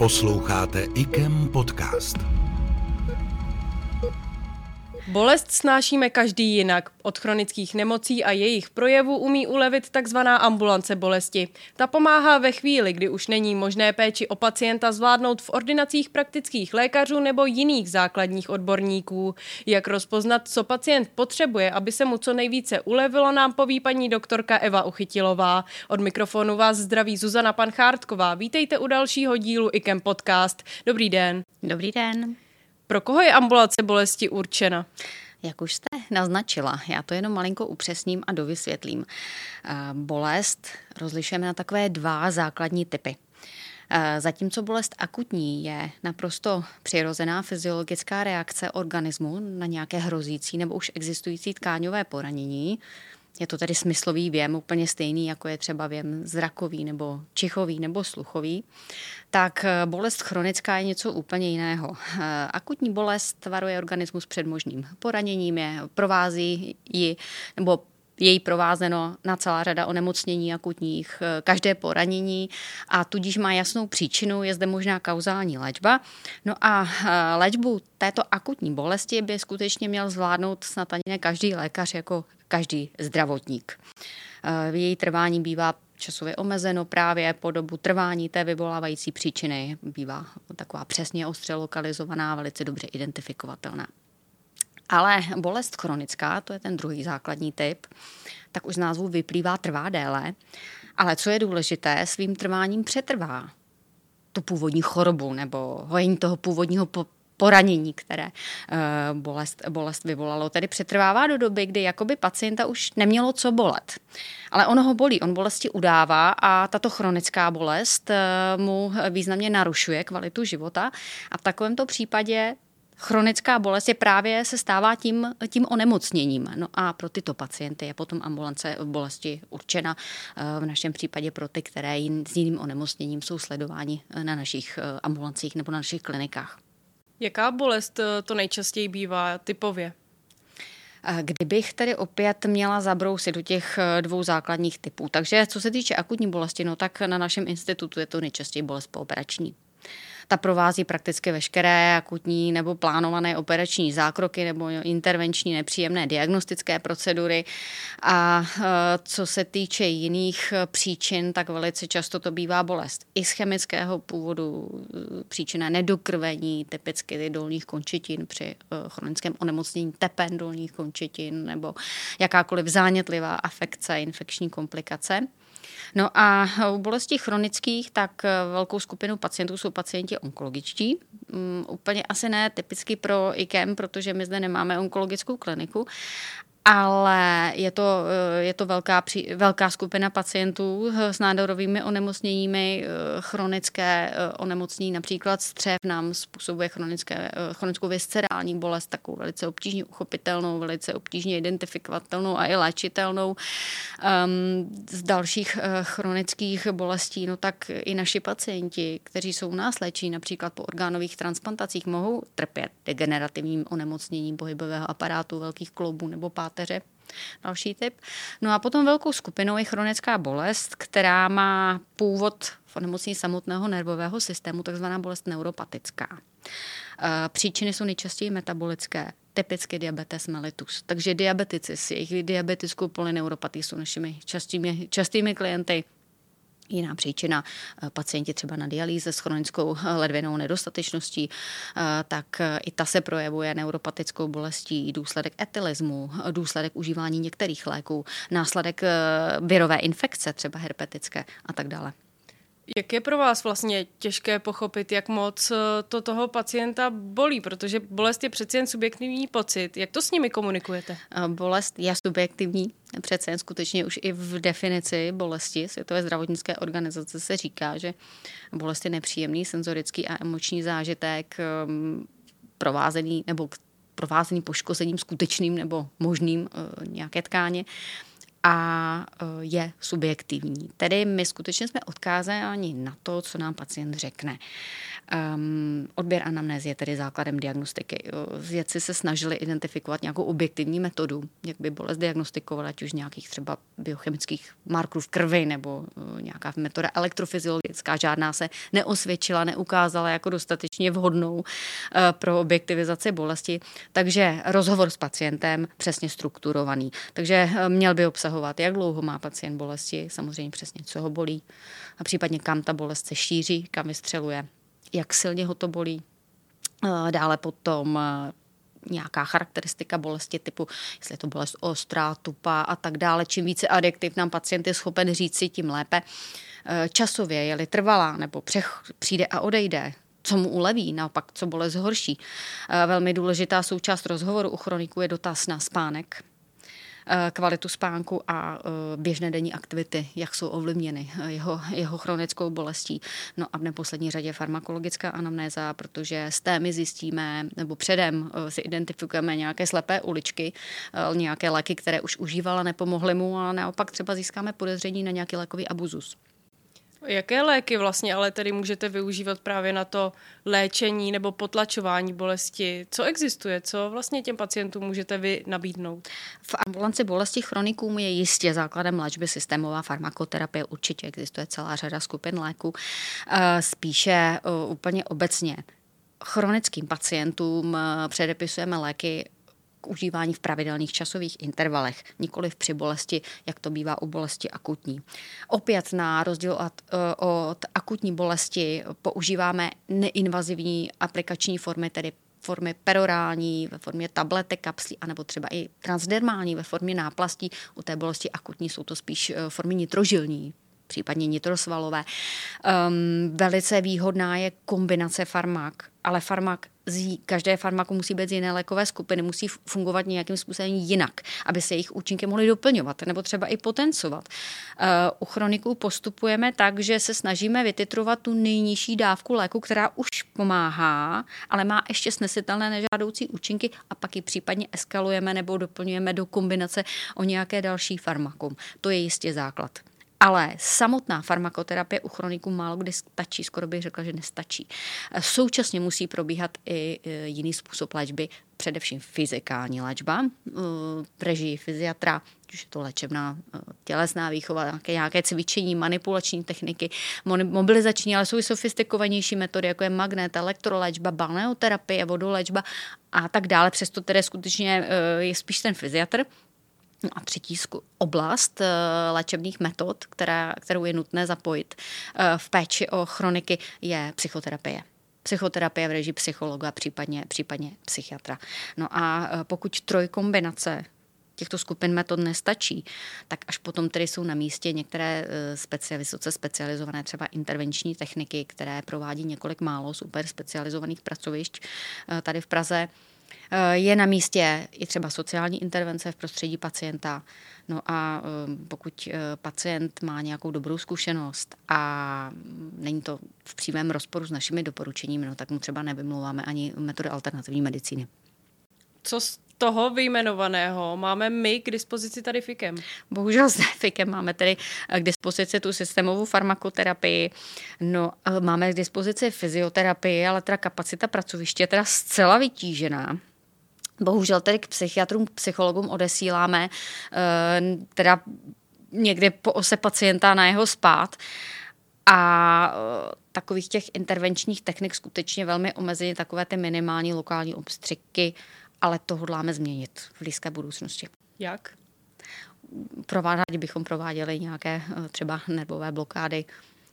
Posloucháte IKEM podcast. Bolest snášíme každý jinak. Od chronických nemocí a jejich projevů umí ulevit takzvaná ambulance bolesti. Ta pomáhá ve chvíli, kdy už není možné péči o pacienta zvládnout v ordinacích praktických lékařů nebo jiných základních odborníků. Jak rozpoznat, co pacient potřebuje, aby se mu co nejvíce ulevilo, nám poví paní doktorka Eva Uchytilová. Od mikrofonu vás zdraví Zuzana Panchártková. Vítejte u dalšího dílu IKEM podcast. Dobrý den. Dobrý den. Pro koho je ambulance bolesti určena? Jak už jste naznačila, já to jenom malinko upřesním a dovysvětlím. Bolest rozlišujeme na takové dva základní typy. Zatímco bolest akutní je naprosto přirozená fyziologická reakce organismu na nějaké hrozící nebo už existující tkáňové poranění, je to tedy smyslový věm, úplně stejný, jako je třeba věm zrakový nebo čichový nebo sluchový, tak bolest chronická je něco úplně jiného. Akutní bolest varuje organismus před možným poraněním, provází ji nebo je jí provázeno na celá řada onemocnění akutních, každé poranění a tudíž má jasnou příčinu, je zde možná kauzální léčba. No a léčbu této akutní bolesti by skutečně měl zvládnout snad ani ne každý lékař jako každý zdravotník. Její trvání bývá časově omezeno právě po dobu trvání té vyvolávající příčiny. Bývá taková přesně ostře lokalizovaná, velice dobře identifikovatelná. Ale bolest chronická, to je ten druhý základní typ, tak už z názvu vyplývá trvá déle, ale co je důležité, svým trváním přetrvá tu původní chorobu nebo hojení toho původního poranění, které bolest vyvolalo. Tedy přetrvává do doby, kdy jakoby pacienta už nemělo co bolet. Ale ono ho bolí, on bolesti udává a tato chronická bolest mu významně narušuje kvalitu života a v takovémto případě chronická bolest je právě se stává tím onemocněním. No a pro tyto pacienty je potom ambulance bolesti určena v našem případě pro ty, které s jiným onemocněním jsou sledováni na našich ambulancích nebo na našich klinikách. Jaká bolest to nejčastěji bývá typově? Kdybych tedy opět měla zabrousit do těch dvou základních typů. Takže co se týče akutní bolesti, no tak na našem institutu je to nejčastěji bolest pooperační. Ta provází prakticky veškeré akutní nebo plánované operační zákroky nebo intervenční nepříjemné diagnostické procedury. A co se týče jiných příčin, tak velice často to bývá bolest ischemického původu, příčina nedokrvení, typicky dolních končetin při chronickém onemocnění tepen dolních končetin nebo jakákoliv zánětlivá afekce, infekční komplikace. No a u bolestí chronických, tak velkou skupinu pacientů jsou pacienti onkologičtí. Úplně asi ne typicky pro IKEM, protože my zde nemáme onkologickou kliniku, ale je to velká skupina pacientů s nádorovými onemocněními, chronické onemocnění, například střev nám způsobuje chronickou viscerální bolest, takovou velice obtížně uchopitelnou, velice obtížně identifikovatelnou a i léčitelnou. Z dalších chronických bolestí, no tak i naši pacienti, kteří jsou u nás léčí, například po orgánových transplantacích, mohou trpět degenerativním onemocněním pohybového aparátu, velkých kloubů nebo páteře. Další typ. No a potom velkou skupinou je chronická bolest, která má původ v onemocnění samotného nervového systému, takzvaná bolest neuropatická. Příčiny jsou nejčastěji metabolické, typicky diabetes mellitus. Takže diabetici s jejich diabetickou polyneuropatii jsou našimi častými klienty. Jiná příčina, pacienti třeba na dialýze s chronickou ledvinou nedostatečností, tak i ta se projevuje neuropatickou bolestí, důsledek etylismu, důsledek užívání některých léků, následek virové infekce, třeba herpetické a tak dále. Jak je pro vás vlastně těžké pochopit, jak moc to toho pacienta bolí, protože bolest je přeci jen subjektivní pocit. Jak to s nimi komunikujete? Bolest je subjektivní, přece jen skutečně už i v definici bolesti Světové zdravotnické organizace se říká, že bolest je nepříjemný senzorický a emoční zážitek provázený poškozením skutečným nebo možným nějaké tkáně. A je subjektivní. Tedy my skutečně jsme odkázáni na to, co nám pacient řekne. Odběr anamnézy je tedy základem diagnostiky. Vědci se snažili identifikovat nějakou objektivní metodu, jak by bolest diagnostikovat, ať už nějakých třeba biochemických markerů v krvi nebo nějaká metoda elektrofyziologická. Žádná se neosvědčila, neukázala jako dostatečně vhodnou pro objektivizaci bolesti. Takže rozhovor s pacientem přesně strukturovaný. Takže měl by obsahovat, jak dlouho má pacient bolesti, samozřejmě přesně, co ho bolí, a případně kam ta bolest se šíří, kam vystřeluje, jak silně ho to bolí. Dále potom nějaká charakteristika bolesti typu, jestli je to bolest ostrá, tupá a tak dále. Čím více adjektiv nám pacient je schopen říci, tím lépe. Časově, je-li trvalá nebo přijde a odejde, co mu uleví, naopak, co bolest zhorší. Velmi důležitá součást rozhovoru u chroniků je dotaz na spánek, kvalitu spánku a běžné denní aktivity, jak jsou ovlivněny jeho chronickou bolestí. No a v neposlední řadě farmakologická anamnéza, protože z té my zjistíme, nebo předem si identifikujeme nějaké slepé uličky, nějaké léky, které už užívala, nepomohly mu, a naopak třeba získáme podezření na nějaký lékový abuzus. Jaké léky vlastně ale tedy můžete využívat právě na to léčení nebo potlačování bolesti? Co existuje? Co vlastně těm pacientům můžete vy nabídnout? V ambulanci bolesti chronikům je jistě základem léčby systémová farmakoterapie. Určitě existuje celá řada skupin léků. Spíše úplně obecně chronickým pacientům předepisujeme léky k užívání v pravidelných časových intervalech, nikoliv při bolesti, jak to bývá u bolesti akutní. Opět na rozdíl od akutní bolesti používáme neinvazivní aplikační formy, tedy formy perorální, ve formě tablety, kapslí, anebo třeba i transdermální ve formě náplastí. U té bolesti akutní jsou to spíš formy nitrožilní, případně nitrosvalové. Velice výhodná je kombinace farmak, ale každé farmako musí být z jiné lékové skupiny, musí fungovat nějakým způsobem jinak, aby se jejich účinky mohly doplňovat nebo třeba i potencovat. U chroniků postupujeme tak, že se snažíme vytitrovat tu nejnižší dávku léku, která už pomáhá, ale má ještě snesitelné nežádoucí účinky, a pak ji případně eskalujeme nebo doplňujeme do kombinace o nějaké další farmakum. To je jistě základ. Ale samotná farmakoterapie u chroniků málo kdy stačí, skoro bych řekla, že nestačí. Současně musí probíhat i jiný způsob léčby, především fyzikální léčba, v režii fyziatra, už je to léčebná tělesná výchova, nějaké cvičení, manipulační techniky, mobilizační, ale jsou i sofistikovanější metody, jako je magnet, elektroléčba, balneoterapie, vodoléčba a tak dále. Přesto tedy skutečně je spíš ten fyziatr. A třetí oblast léčebných metod, kterou je nutné zapojit v péči o chroniky, je psychoterapie. Psychoterapie v režii psychologa, případně psychiatra. No a pokud trojkombinace těchto skupin metod nestačí, tak až potom tedy jsou na místě některé vysoce specializované třeba intervenční techniky, které provádí několik málo super specializovaných pracovišť tady v Praze. Je na místě i třeba sociální intervence v prostředí pacienta. No a pokud pacient má nějakou dobrou zkušenost a není to v přímém rozporu s našimi doporučeními, no tak mu třeba nevymlouváme ani metody alternativní medicíny. Co z toho vyjmenovaného máme my k dispozici tady FIKem? Bohužel s FIKem máme tedy k dispozici tu systémovou farmakoterapii. No, máme k dispozici fyzioterapii, ale teda kapacita pracoviště je teda zcela vytížená. Bohužel tedy k psychiatrům, k psychologům odesíláme teda někde po ose pacienta na jeho spád. A takových těch intervenčních technik skutečně velmi omezeně, takové ty minimální lokální obstřiky, ale to hodláme změnit v blízké budoucnosti. Jak? Rádi bychom prováděli nějaké třeba nervové blokády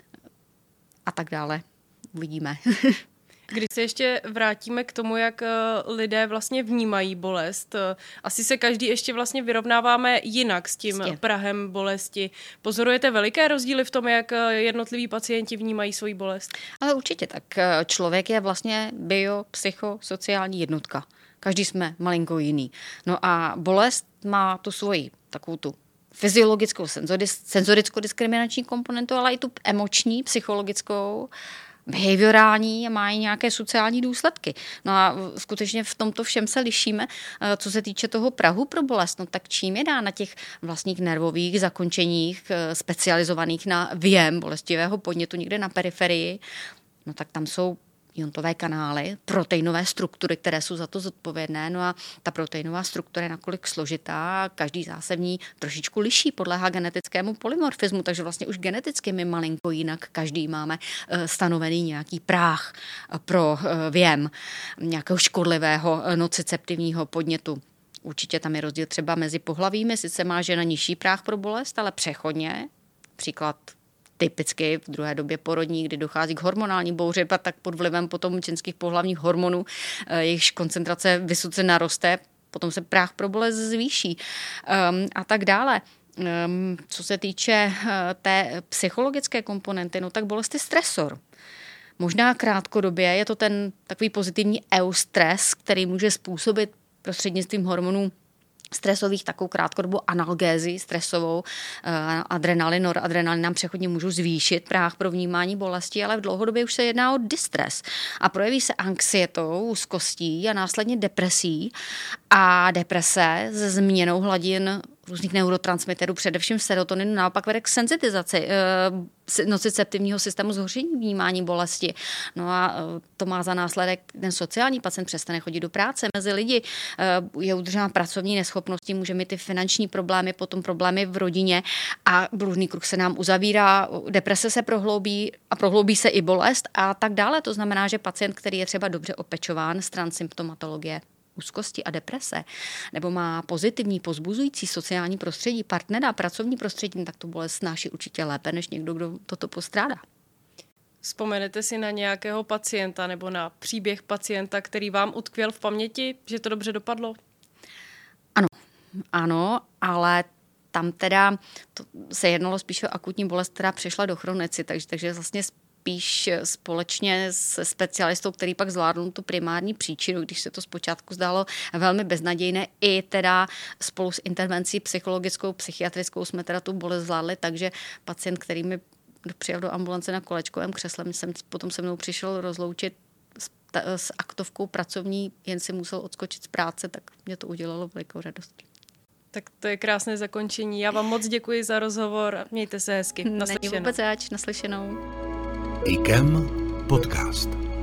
a tak dále. Uvidíme. Když se ještě vrátíme k tomu, jak lidé vlastně vnímají bolest, asi se každý ještě vlastně vyrovnáváme jinak s tím prahem bolesti. Pozorujete veliké rozdíly v tom, jak jednotliví pacienti vnímají svoji bolest? Ale určitě tak. Člověk je vlastně biopsychosociální jednotka. Každý jsme malinko jiný. No a bolest má tu svoji takovou tu fyziologickou, senzoricko-diskriminační komponentu, ale i tu emoční, psychologickou, behaviorální a má i nějaké sociální důsledky. No a skutečně v tomto všem se lišíme. Co se týče toho prahu pro bolest, no tak čím je dá na těch vlastních nervových zakončeních specializovaných na věm bolestivého podnětu někde na periferii, no tak tam jsou iontové kanály, proteinové struktury, které jsou za to zodpovědné. No a ta proteinová struktura je nakolik složitá, každý zase v ní trošičku liší, podléhá genetickému polymorfismu, takže vlastně už geneticky my malinko jinak každý máme stanovený nějaký práh pro věm nějakého škodlivého nociceptivního podnětu. Určitě tam je rozdíl třeba mezi pohlavími, sice má žena nižší práh pro bolest, ale přechodně, příklad typicky v druhé době porodní, kdy dochází k hormonální bouři, tak pod vlivem potom ženských pohlavních hormonů, jejichž koncentrace vysoce naroste, potom se práh pro bolest zvýší a tak dále. Co se týče té psychologické komponenty, no tak bolest je stresor. Možná krátkodobě je to ten takový pozitivní eustres, který může způsobit prostřednictvím hormonů stresových takovou krátkodobou analgézi stresovou, adrenalin, noradrenalin nám přechodně můžou zvýšit práh pro vnímání bolesti, ale v dlouhodobě už se jedná o distres a projeví se anxietou, úzkostí a následně depresí a deprese se změnou hladin různých neurotransmiterů, především serotoninu, naopak vede k senzitizaci nociceptivního systému, zhoršení vnímání bolesti. No a to má za následek, ten sociální pacient přestane chodit do práce mezi lidi, je udržena pracovní neschopností, může mít ty finanční problémy, potom problémy v rodině a bludný kruh se nám uzavírá, deprese se prohloubí a prohloubí se i bolest a tak dále. To znamená, že pacient, který je třeba dobře opečován stran symptomatologie, úzkosti a deprese, nebo má pozitivní, pozbuzující sociální prostředí, partnera, pracovní prostředí, tak to bolest snáší určitě lépe, než někdo, kdo toto postrádá. Vzpomenete si na nějakého pacienta nebo na příběh pacienta, který vám utkvěl v paměti, že to dobře dopadlo? Ano, ale tam teda se jednalo spíš o akutní bolest, která přešla do chronici, takže vlastně spíš společně se specialistou, který pak zvládl tu primární příčinu, když se to zpočátku zdálo velmi beznadějné, i teda spolu s intervencí psychologickou, psychiatrickou jsme teda tu bolest zvládli, takže pacient, který mi přijel do ambulance na kolečkovém křesle, potom se mnou přišel rozloučit s aktovkou pracovní, jen si musel odskočit z práce, tak mě to udělalo velikou radost. Tak to je krásné zakončení. Já vám moc děkuji za rozhovor a mějte se hezky. Naslyšenou. Není vůbec zač, naslyšenou. IKEM podcast.